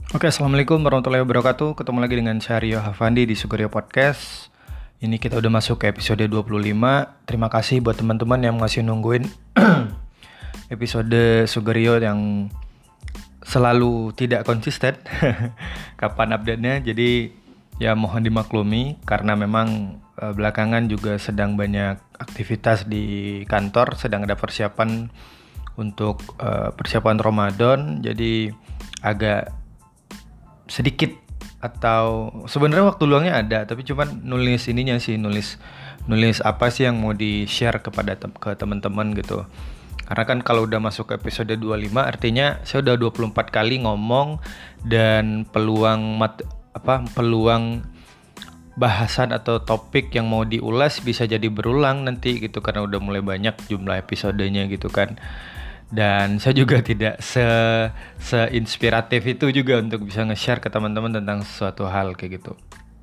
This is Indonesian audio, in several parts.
Oke, Assalamualaikum warahmatullahi wabarakatuh. Ketemu lagi dengan Syahrio Hafandi di Sugerio Podcast. Ini kita udah masuk ke episode 25. Terima kasih buat teman-teman yang masih nungguin episode Sugerio yang selalu tidak konsisten kapan update-nya. Jadi ya mohon dimaklumi karena memang belakangan juga sedang banyak aktivitas di kantor, sedang ada persiapan untuk persiapan Ramadan. Jadi agak sedikit atau sebenarnya waktu luangnya ada tapi cuman nulis ininya sih nulis nulis apa sih yang mau di share kepada ke teman-teman gitu, karena kan kalau udah masuk ke episode 25 artinya saya udah 24 kali ngomong dan peluang bahasan atau topik yang mau diulas bisa jadi berulang nanti gitu karena udah mulai banyak jumlah episodenya gitu kan. Dan saya juga tidak seinspiratif itu juga untuk bisa nge-share ke teman-teman tentang suatu hal kayak gitu.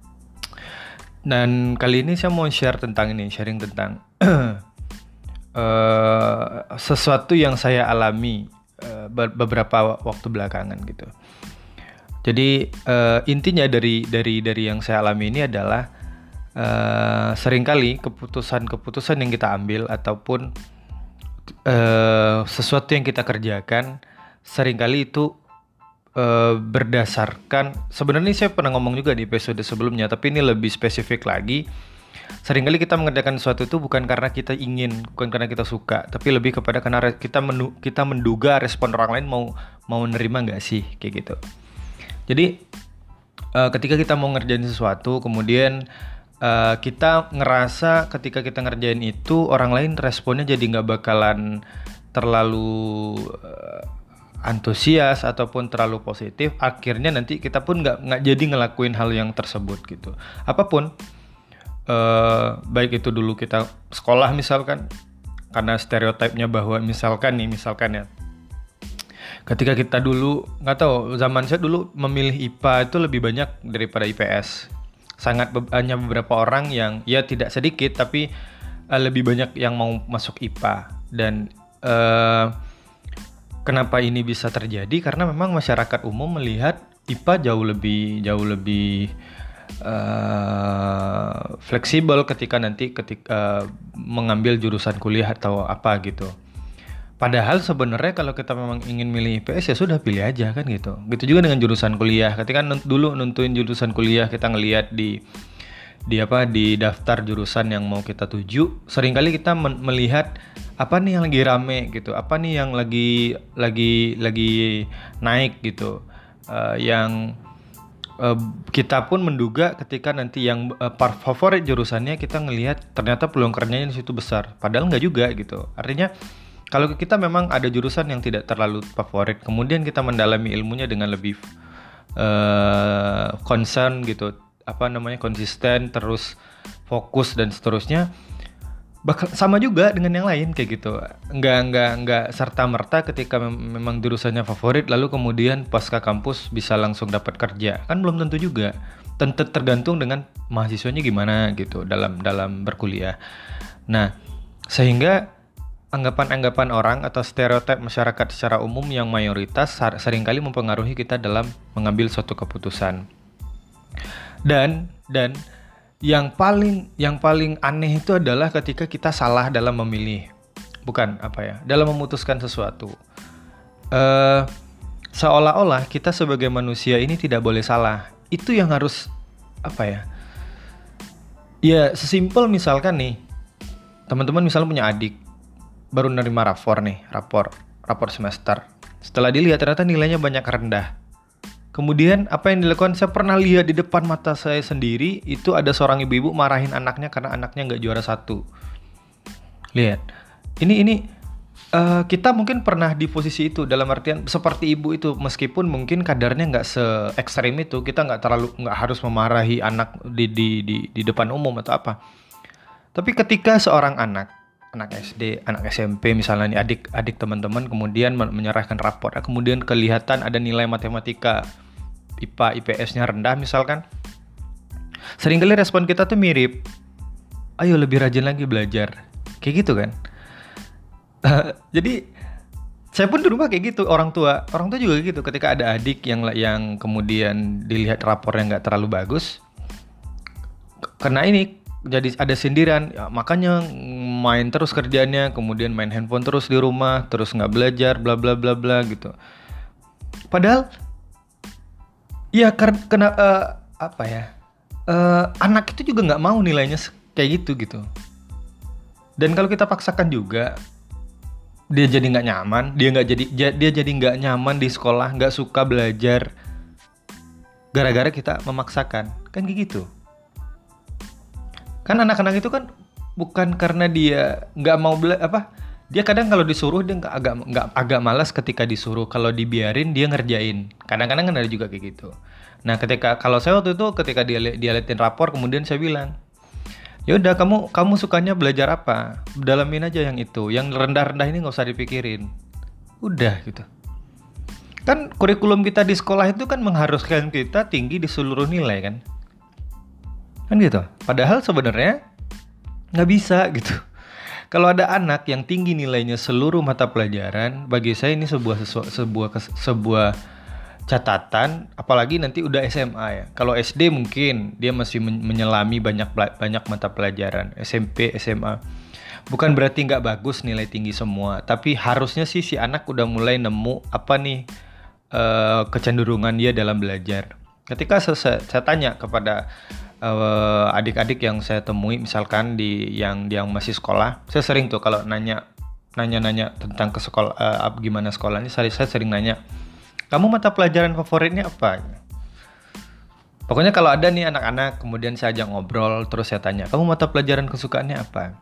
Dan kali ini saya mau sharing tentang sesuatu yang saya alami beberapa waktu belakangan gitu. Jadi intinya dari yang saya alami ini adalah seringkali keputusan-keputusan yang kita ambil ataupun sesuatu yang kita kerjakan seringkali itu berdasarkan, sebenarnya saya pernah ngomong juga di episode sebelumnya tapi ini lebih spesifik lagi. Seringkali kita mengerjakan sesuatu itu bukan karena kita ingin, bukan karena kita suka, tapi lebih kepada karena kita menduga respon orang lain mau nerima nggak sih kayak gitu. Jadi ketika kita mau ngerjain sesuatu kemudian kita ngerasa ketika kita ngerjain itu orang lain responnya jadi nggak bakalan terlalu antusias ataupun terlalu positif, akhirnya nanti kita pun nggak jadi ngelakuin hal yang tersebut gitu. Apapun baik itu dulu kita sekolah misalkan, karena stereotipnya bahwa misalkan ya ketika kita dulu, nggak tahu, zaman saya dulu memilih IPA itu lebih banyak daripada IPS. Hanya beberapa orang yang ya tidak sedikit tapi lebih banyak yang mau masuk IPA. Dan kenapa ini bisa terjadi? Karena memang masyarakat umum melihat IPA jauh lebih fleksibel ketika mengambil jurusan kuliah atau apa gitu. Padahal sebenarnya kalau kita memang ingin milih IPS ya sudah pilih aja kan gitu. Gitu juga dengan jurusan kuliah. Ketika dulu nentuin jurusan kuliah kita ngelihat di daftar jurusan yang mau kita tuju, seringkali kita melihat apa nih yang lagi rame gitu, apa nih yang lagi naik gitu. Yang kita pun menduga ketika nanti yang favorit jurusannya kita ngelihat ternyata peluang kerjanya di situ besar. Padahal nggak juga gitu. Artinya kalau kita memang ada jurusan yang tidak terlalu favorit, kemudian kita mendalami ilmunya dengan lebih concern gitu, konsisten, terus fokus dan seterusnya, bakal sama juga dengan yang lain kayak gitu. Nggak serta merta ketika memang jurusannya favorit, lalu kemudian pasca kampus bisa langsung dapat kerja, kan belum tentu juga. Tentu tergantung dengan mahasiswanya gimana gitu dalam berkuliah. Nah, sehingga anggapan-anggapan orang atau stereotip masyarakat secara umum yang mayoritas seringkali mempengaruhi kita dalam mengambil suatu keputusan. Dan yang paling aneh itu adalah ketika kita salah dalam memilih, dalam memutuskan sesuatu. Seolah-olah kita sebagai manusia ini tidak boleh salah. Itu yang harus Ya sesimpel misalkan nih, teman-teman misalnya punya adik baru nerima rapor semester. Setelah dilihat ternyata nilainya banyak rendah. Kemudian apa yang dilakukan? Saya pernah lihat di depan mata saya sendiri, itu ada seorang ibu-ibu marahin anaknya karena anaknya nggak juara satu. Lihat, ini kita mungkin pernah di posisi itu, dalam artian seperti ibu itu, meskipun mungkin kadarnya nggak se ekstrem itu, kita nggak harus memarahi anak di depan umum atau apa. Tapi ketika seorang anak SD, anak SMP misalnya nih, adik teman-teman kemudian menyerahkan rapor, kemudian kelihatan ada nilai matematika IPA IPS-nya rendah misalkan, seringkali respon kita tuh mirip, ayo lebih rajin lagi belajar, kayak gitu kan. Jadi Saya pun di rumah kayak gitu, orang tua juga gitu. Ketika ada adik yang kemudian dilihat rapornya nggak terlalu bagus, karena ini jadi ada sindiran, ya, makanya main terus kerjanya, kemudian main handphone terus di rumah, terus nggak belajar, bla bla bla bla gitu. Padahal ya kena apa ya? Anak itu juga nggak mau nilainya kayak gitu gitu. Dan kalau kita paksakan juga, dia jadi nggak nyaman, dia jadi nggak nyaman di sekolah, nggak suka belajar, gara-gara kita memaksakan, kan kayak gitu. Kan anak-anak itu kan bukan karena dia nggak mau dia kadang kalau disuruh dia agak malas ketika disuruh, kalau dibiarin dia ngerjain. Kadang-kadang kan ada juga kayak gitu. Nah, kalau saya waktu itu ketika dia liatin rapor, kemudian saya bilang, ya udah, kamu sukanya belajar apa? Dalamin aja yang itu. Yang rendah-rendah ini nggak usah dipikirin. Udah gitu. Kan kurikulum kita di sekolah itu kan mengharuskan kita tinggi di seluruh nilai kan? Kan gitu. Padahal sebenarnya nggak bisa gitu. Kalau ada anak yang tinggi nilainya seluruh mata pelajaran, bagi saya ini sebuah catatan, apalagi nanti udah SMA ya. Kalau SD mungkin dia masih menyelami banyak mata pelajaran. SMP, SMA bukan berarti nggak bagus nilai tinggi semua, tapi harusnya sih si anak udah mulai nemu apa nih kecenderungan dia dalam belajar. Ketika saya tanya kepada adik-adik yang saya temui, misalkan yang masih sekolah, saya sering tuh kalau nanya tentang ke sekolah, gimana sekolahnya, saya sering nanya, kamu mata pelajaran favoritnya apa? Pokoknya kalau ada nih anak-anak, kemudian saya ajak ngobrol, terus saya tanya, kamu mata pelajaran kesukaannya apa?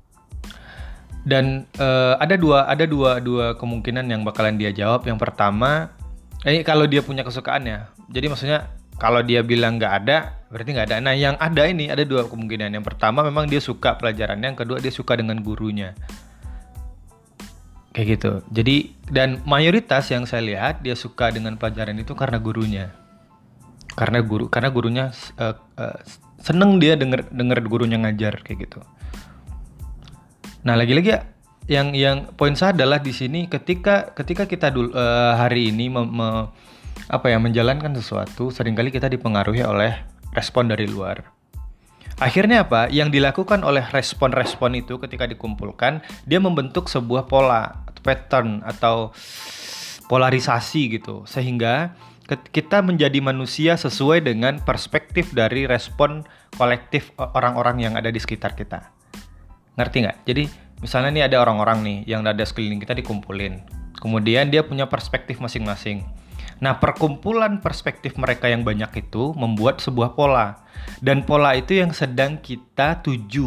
Dan ada dua kemungkinan yang bakalan dia jawab. Yang pertama, kalau dia punya kesukaannya. Jadi maksudnya kalau dia bilang nggak ada, berarti nggak ada. Nah, yang ada ini ada dua kemungkinan. Yang pertama memang dia suka pelajarannya, yang kedua dia suka dengan gurunya. Kayak gitu. Jadi, dan mayoritas yang saya lihat dia suka dengan pelajaran itu karena gurunya. Karena gurunya seneng dia denger gurunya ngajar kayak gitu. Nah, lagi-lagi yang poin saya adalah di sini ketika kita hari ini menjalankan sesuatu, seringkali kita dipengaruhi oleh respon dari luar. Akhirnya apa? Yang dilakukan oleh respon-respon itu ketika dikumpulkan, dia membentuk sebuah pola, pattern atau polarisasi gitu. Sehingga kita menjadi manusia sesuai dengan perspektif dari respon kolektif orang-orang yang ada di sekitar kita. Ngerti nggak? Jadi misalnya nih ada orang-orang nih yang ada sekeliling kita dikumpulin. Kemudian dia punya perspektif masing-masing. Nah, perkumpulan perspektif mereka yang banyak itu membuat sebuah pola. Dan pola itu yang sedang kita tuju.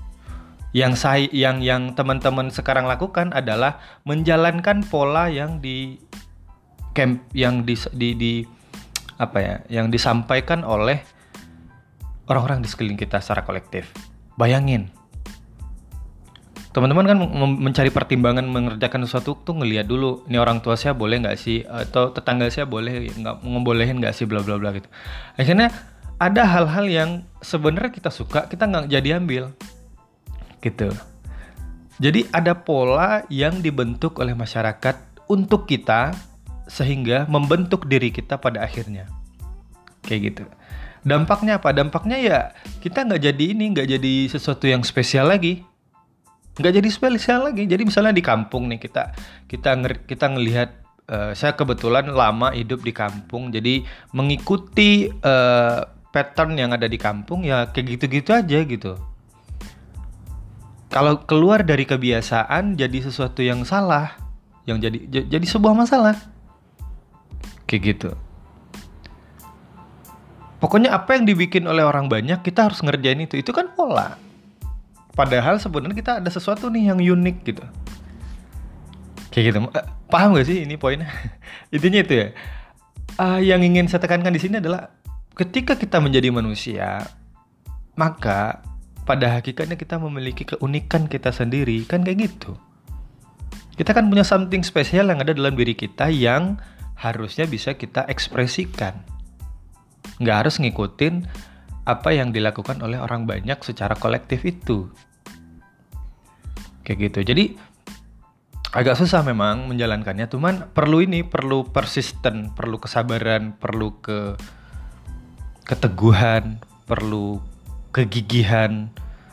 Yang teman-teman sekarang lakukan adalah menjalankan pola yang yang disampaikan oleh orang-orang di sekeliling kita secara kolektif. Bayangin. Teman-teman kan mencari pertimbangan mengerjakan sesuatu tuh ngelihat dulu, ini orang tua saya boleh nggak sih, atau tetangga saya boleh nggak, ngebolehin nggak sih, bla bla bla gitu. Akhirnya ada hal-hal yang sebenarnya kita suka, kita nggak jadi ambil gitu. Jadi ada pola yang dibentuk oleh masyarakat untuk kita sehingga membentuk diri kita pada akhirnya kayak gitu. Dampaknya apa? Dampaknya ya kita nggak jadi sesuatu yang spesial lagi. Nggak jadi spesial lagi. Jadi misalnya di kampung nih kita ngelihat, saya kebetulan lama hidup di kampung, jadi mengikuti pattern yang ada di kampung ya kayak gitu-gitu aja gitu. Kalau keluar dari kebiasaan jadi sesuatu yang salah, yang jadi sebuah masalah kayak gitu. Pokoknya apa yang dibikin oleh orang banyak kita harus ngerjain itu kan pola. Padahal sebenarnya kita ada sesuatu nih yang unik gitu. Kayak gitu. Paham gak sih ini poinnya? Intinya itu ya. Yang ingin saya tekankan di sini adalah ketika kita menjadi manusia, maka pada hakikatnya kita memiliki keunikan kita sendiri, kan kayak gitu. Kita kan punya something spesial yang ada dalam diri kita yang harusnya bisa kita ekspresikan. Nggak harus ngikutin apa yang dilakukan oleh orang banyak secara kolektif itu. Kayak gitu. Jadi Agak susah memang menjalankannya, cuman perlu persisten, perlu kesabaran, perlu keteguhan, perlu kegigihan,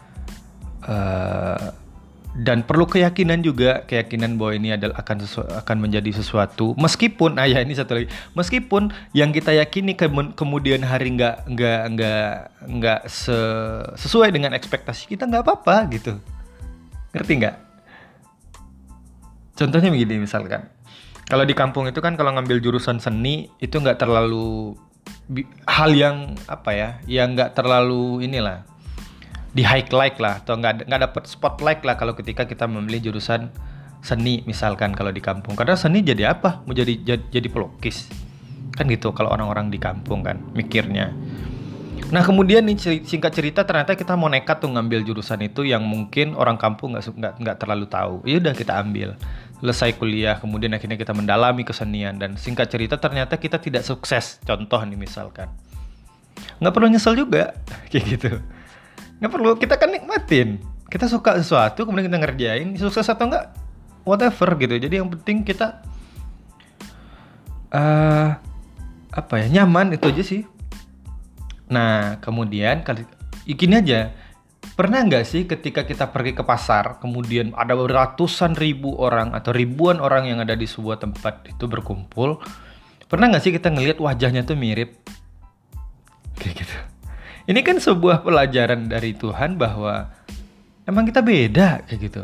eh, dan perlu keyakinan juga, keyakinan bahwa ini adalah akan menjadi sesuatu. Meskipun, ini satu lagi, meskipun yang kita yakini kemudian hari nggak sesuai dengan ekspektasi kita, nggak apa-apa gitu. Ngerti nggak? Contohnya begini misalkan, kalau di kampung itu kan kalau ngambil jurusan seni itu nggak terlalu hal yang yang nggak terlalu inilah di highlight lah, atau nggak dapet spotlight lah kalau ketika kita memilih jurusan seni misalkan kalau di kampung. Karena seni jadi apa? Mau jadi pelukis kan gitu kalau orang-orang di kampung kan mikirnya. Nah kemudian nih singkat cerita ternyata kita mau nekat tuh ngambil jurusan itu yang mungkin orang kampung nggak terlalu tahu. Ya udah kita ambil, selesai kuliah, kemudian akhirnya kita mendalami kesenian, dan singkat cerita ternyata kita tidak sukses. Contoh nih misalkan, nggak perlu nyesel juga kayak gitu. Nggak perlu, kita kan nikmatin. Kita suka sesuatu, kemudian kita ngerjain, sukses atau enggak, whatever gitu. Jadi yang penting kita nyaman, itu aja sih. Nah kemudian gini aja, pernah nggak sih ketika kita pergi ke pasar, kemudian ada ratusan ribu orang atau ribuan orang yang ada di sebuah tempat itu berkumpul, pernah nggak sih kita ngelihat wajahnya tuh mirip kayak gitu? Ini kan sebuah pelajaran dari Tuhan bahwa emang kita beda kayak gitu.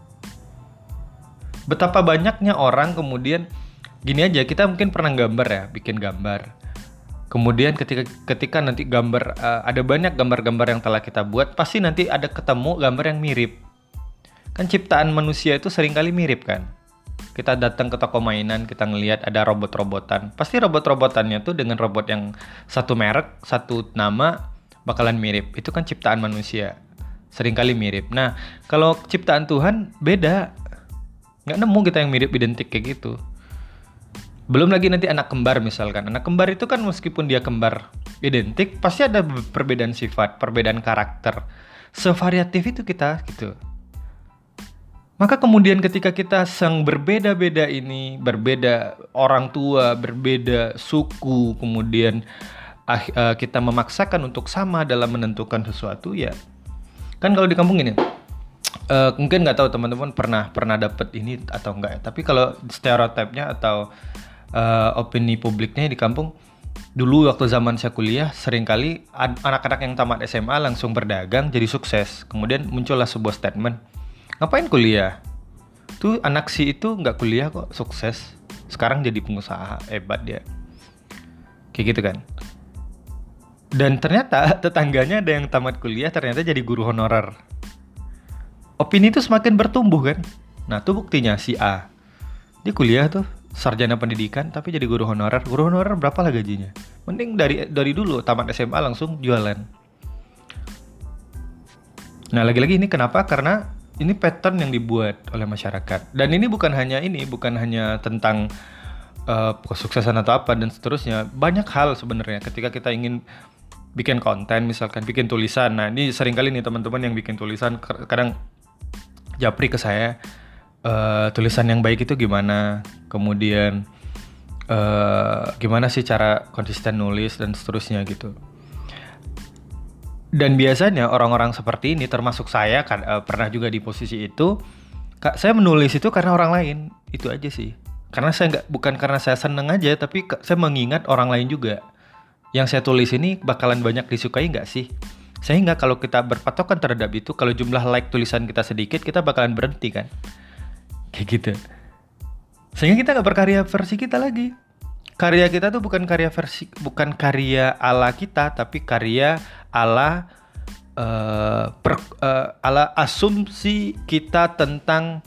Betapa banyaknya orang kemudian gini aja, kita mungkin pernah gambar ya, bikin gambar. Kemudian ketika nanti gambar ada banyak gambar-gambar yang telah kita buat, pasti nanti ada ketemu gambar yang mirip. Kan ciptaan manusia itu seringkali mirip kan. Kita datang ke toko mainan, kita ngelihat ada robot-robotan. Pasti robot-robotannya tuh dengan robot yang satu merek, satu nama, bakalan mirip. Itu kan ciptaan manusia, seringkali mirip. Nah kalau ciptaan Tuhan beda, nggak nemu kita yang mirip identik kayak gitu. Belum lagi nanti anak kembar misalkan. Anak kembar itu kan meskipun dia kembar identik, pasti ada perbedaan sifat, perbedaan karakter. Sevariatif itu kita gitu. Maka kemudian ketika kita sang berbeda-beda ini, berbeda orang tua, berbeda suku, kemudian kita memaksakan untuk sama dalam menentukan sesuatu, ya kan kalau di kampung ini mungkin nggak tahu teman-teman pernah dapet ini atau enggak ya, tapi kalau stereotipnya atau opini publiknya di kampung dulu waktu zaman saya kuliah, seringkali anak-anak yang tamat SMA langsung berdagang jadi sukses. Kemudian muncullah sebuah statement, ngapain kuliah? Tuh anak si itu nggak kuliah kok sukses, sekarang jadi pengusaha hebat dia, kayak gitu kan. Dan ternyata tetangganya ada yang tamat kuliah ternyata jadi guru honorer. Opini itu semakin bertumbuh kan. Nah tuh buktinya si A, dia kuliah tuh sarjana pendidikan tapi jadi guru honorer. Guru honorer berapa lah gajinya? Mending dari dulu tamat SMA langsung jualan. Nah lagi-lagi ini kenapa? Karena ini pattern yang dibuat oleh masyarakat. Dan ini bukan hanya tentang kesuksesan atau apa dan seterusnya. Banyak hal sebenarnya ketika kita ingin bikin konten, misalkan bikin tulisan. Nah ini seringkali nih teman-teman yang bikin tulisan kadang japri ke saya, tulisan yang baik itu gimana, kemudian gimana sih cara konsisten nulis dan seterusnya gitu. Dan biasanya orang-orang seperti ini, termasuk saya kan, pernah juga di posisi itu. Saya menulis itu karena orang lain, itu aja sih. Karena bukan karena saya seneng aja, tapi saya mengingat orang lain juga. Yang saya tulis ini bakalan banyak disukai nggak sih? Sehingga kalau kita berpatokan terhadap itu, kalau jumlah like tulisan kita sedikit, kita bakalan berhenti kan? Kayak gitu. Sehingga kita nggak berkarya versi kita lagi. Karya kita tuh bukan karya ala kita, tapi karya ala asumsi kita tentang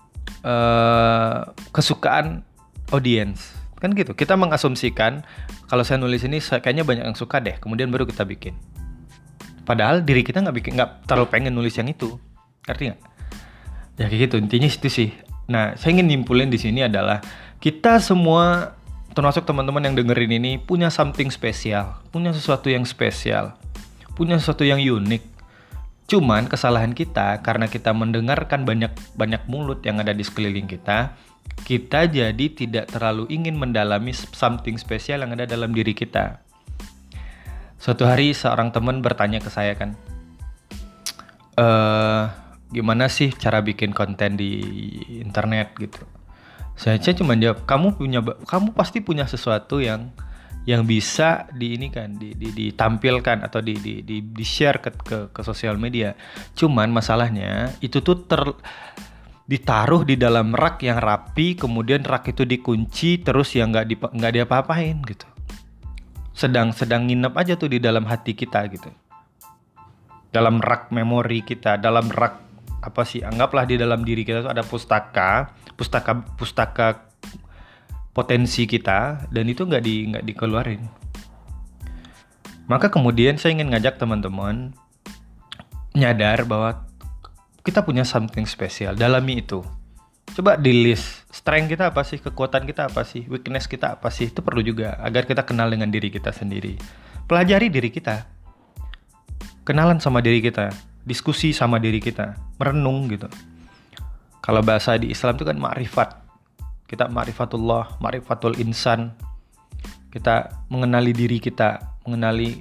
kesukaan audiens. Kan gitu, kita mengasumsikan kalau saya nulis ini kayaknya banyak yang suka deh, kemudian baru kita bikin. Padahal diri kita nggak terlalu pengen nulis yang itu, ngerti nggak? Ya kayak gitu, intinya itu sih. Nah, saya ingin nyimpulin di sini adalah kita semua, termasuk teman-teman yang dengerin ini, punya something spesial, punya sesuatu yang spesial, punya sesuatu yang unik. Cuman kesalahan kita karena kita mendengarkan banyak mulut yang ada di sekeliling kita jadi tidak terlalu ingin mendalami something spesial yang ada dalam diri kita. Suatu hari seorang teman bertanya ke saya kan, gimana sih cara bikin konten di internet gitu. Saya cuma jawab, kamu pasti punya sesuatu yang bisa ditampilkan atau di share ke sosial media. Cuman masalahnya itu tuh ditaruh di dalam rak yang rapi, kemudian rak itu dikunci terus yang nggak diapa-apain gitu. Sedang nginep aja tuh di dalam hati kita gitu. Dalam rak memori kita, dalam rak anggaplah di dalam diri kita tuh ada pustaka potensi kita, dan itu nggak dikeluarin. Maka kemudian saya ingin ngajak teman-teman nyadar bahwa kita punya something spesial, dalami itu. Coba di list, strength kita apa sih, kekuatan kita apa sih, weakness kita apa sih, itu perlu juga agar kita kenal dengan diri kita sendiri. Pelajari diri kita, kenalan sama diri kita, diskusi sama diri kita, merenung gitu. Kalau bahasa di Islam itu kan ma'rifat. Kita ma'rifatullah, ma'rifatul insan. Kita mengenali diri kita, mengenali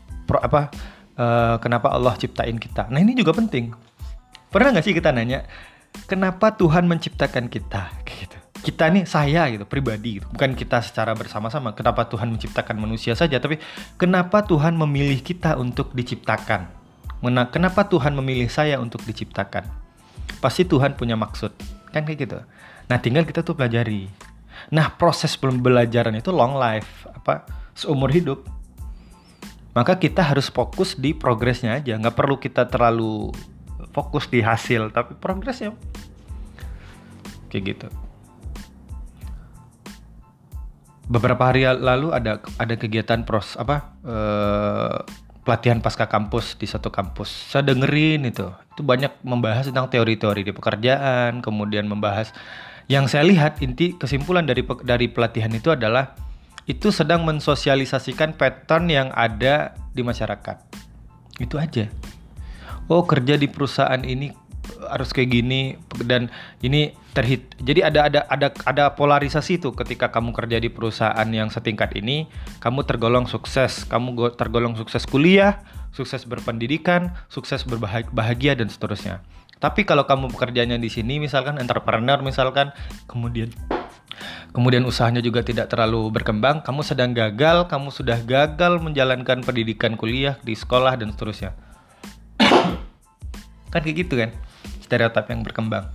kenapa Allah ciptain kita. Nah, ini juga penting. Pernah nggak sih kita nanya, kenapa Tuhan menciptakan kita? Gitu. Kita nih, saya gitu, pribadi gitu. Bukan kita secara bersama-sama. Kenapa Tuhan menciptakan manusia saja, tapi kenapa Tuhan memilih kita untuk diciptakan? Kenapa Tuhan memilih saya untuk diciptakan? Pasti Tuhan punya maksud, kan kayak gitu. Nah, tinggal kita tuh pelajari. Nah, proses pembelajaran itu long life, seumur hidup. Maka kita harus fokus di progresnya aja. Nggak perlu kita terlalu fokus di hasil, tapi progresnya. Kayak gitu. Beberapa hari lalu ada kegiatan pelatihan pasca kampus di satu kampus. Saya dengerin itu banyak membahas tentang teori-teori di pekerjaan, kemudian membahas, yang saya lihat inti kesimpulan dari pelatihan itu adalah itu sedang mensosialisasikan pattern yang ada di masyarakat. Itu aja. Oh, kerja di perusahaan ini harus kayak gini, dan ini jadi ada polarisasi tuh. Ketika kamu kerja di perusahaan yang setingkat ini, kamu tergolong sukses, tergolong sukses kuliah, sukses berpendidikan, sukses berbahagia dan seterusnya. Tapi kalau kamu pekerjaannya di sini misalkan entrepreneur misalkan, kemudian usahanya juga tidak terlalu berkembang, kamu sudah gagal menjalankan pendidikan kuliah di sekolah dan seterusnya. Kan kayak gitu kan, stereotip yang berkembang.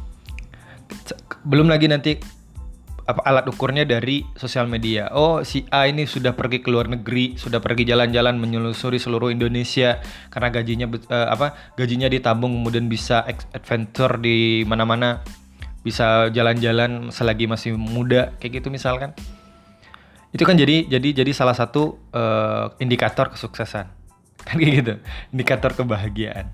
Belum lagi nanti alat ukurnya dari sosial media. Oh, si A ini sudah pergi ke luar negeri, sudah pergi jalan-jalan menyelusuri seluruh Indonesia karena gajinya ditabung, kemudian bisa adventure di mana-mana, bisa jalan-jalan selagi masih muda, kayak gitu misalkan. Itu kan jadi salah satu indikator kesuksesan. Kan kayak gitu, indikator kebahagiaan.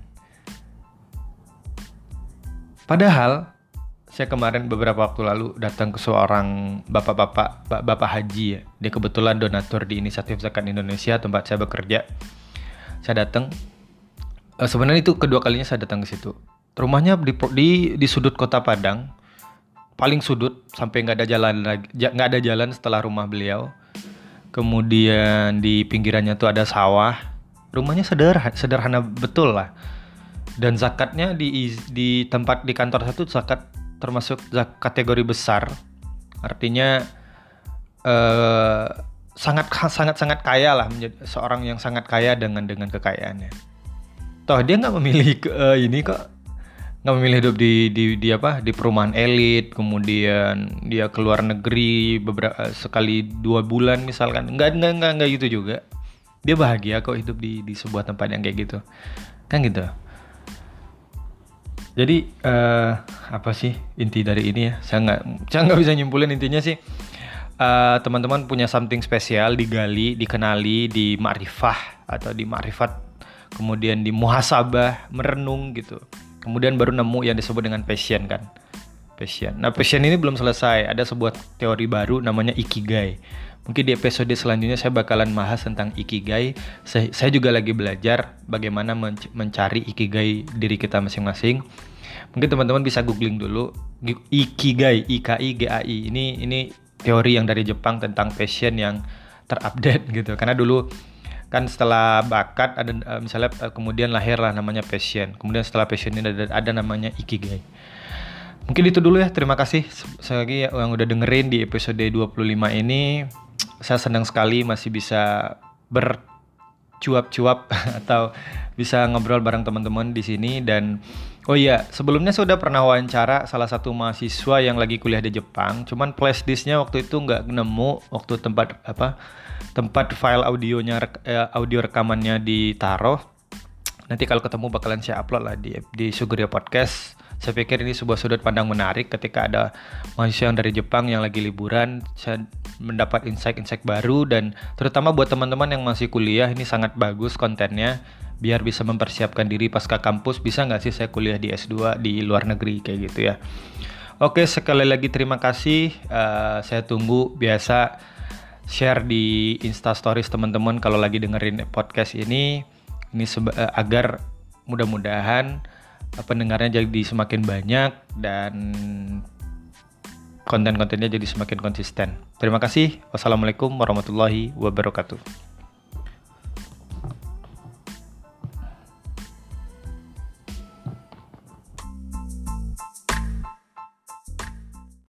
Padahal saya kemarin beberapa waktu lalu datang ke seorang bapak haji ya. Dia kebetulan donatur di Inisiatif Zakat Indonesia, tempat saya bekerja. Saya datang. Sebenarnya itu kedua kalinya saya datang ke situ. Rumahnya di sudut Kota Padang, paling sudut, sampai nggak ada jalan setelah rumah beliau. Kemudian di pinggirannya tuh ada sawah. Rumahnya sederhana betul lah. Dan zakatnya di tempat di kantor satu zakat termasuk kategori besar, artinya sangat kaya lah, menjadi seorang yang sangat kaya dengan kekayaannya. Toh dia nggak memilih nggak memilih hidup di perumahan elit, kemudian dia keluar negeri sekali 2 bulan misalkan, nggak gitu juga. Dia bahagia kok hidup di sebuah tempat yang kayak gitu, kan gitu. Jadi apa sih inti dari ini ya? Saya nggak bisa nyimpulin. Intinya sih teman-teman punya something spesial, digali, dikenali, di ma'rifah atau di ma'rifat, kemudian di muhasabah, merenung gitu. Kemudian baru nemu yang disebut dengan passion kan. Passion. Nah, passion ini belum selesai. Ada sebuah teori baru namanya Ikigai. Mungkin di episode selanjutnya saya bakalan bahas tentang Ikigai. Saya juga lagi belajar bagaimana mencari Ikigai diri kita masing-masing. Mungkin teman-teman bisa googling dulu Ikigai, IKIGAI. Ini teori yang dari Jepang tentang passion yang terupdate gitu. Karena dulu kan setelah bakat ada misalnya kemudian lahirlah namanya passion. Kemudian setelah passion ini ada namanya Ikigai. Mungkin itu dulu ya. Terima kasih sekali lagi yang udah dengerin di episode 25 ini. Saya senang sekali masih bisa bercuap-cuap atau bisa ngobrol bareng teman-teman di sini. Dan oh iya, sebelumnya saya udah pernah wawancara salah satu mahasiswa yang lagi kuliah di Jepang. Cuman flash disknya waktu itu nggak nemu waktu tempat file audio rekamannya ditaruh. Nanti kalau ketemu bakalan saya upload lah di Sugeria Podcast. Saya pikir ini sebuah sudut pandang menarik ketika ada mahasiswa yang dari Jepang yang lagi liburan. Saya mendapat insight-insight baru, dan terutama buat teman-teman yang masih kuliah ini sangat bagus kontennya. Biar bisa mempersiapkan diri pasca kampus, bisa nggak sih saya kuliah di S2 di luar negeri kayak gitu ya. Oke, sekali lagi terima kasih. Saya tunggu biasa share di Insta Stories teman-teman kalau lagi dengerin podcast ini agar mudah-mudahan pendengarnya jadi semakin banyak dan konten-kontennya jadi semakin konsisten. Terima kasih. Wassalamualaikum warahmatullahi wabarakatuh.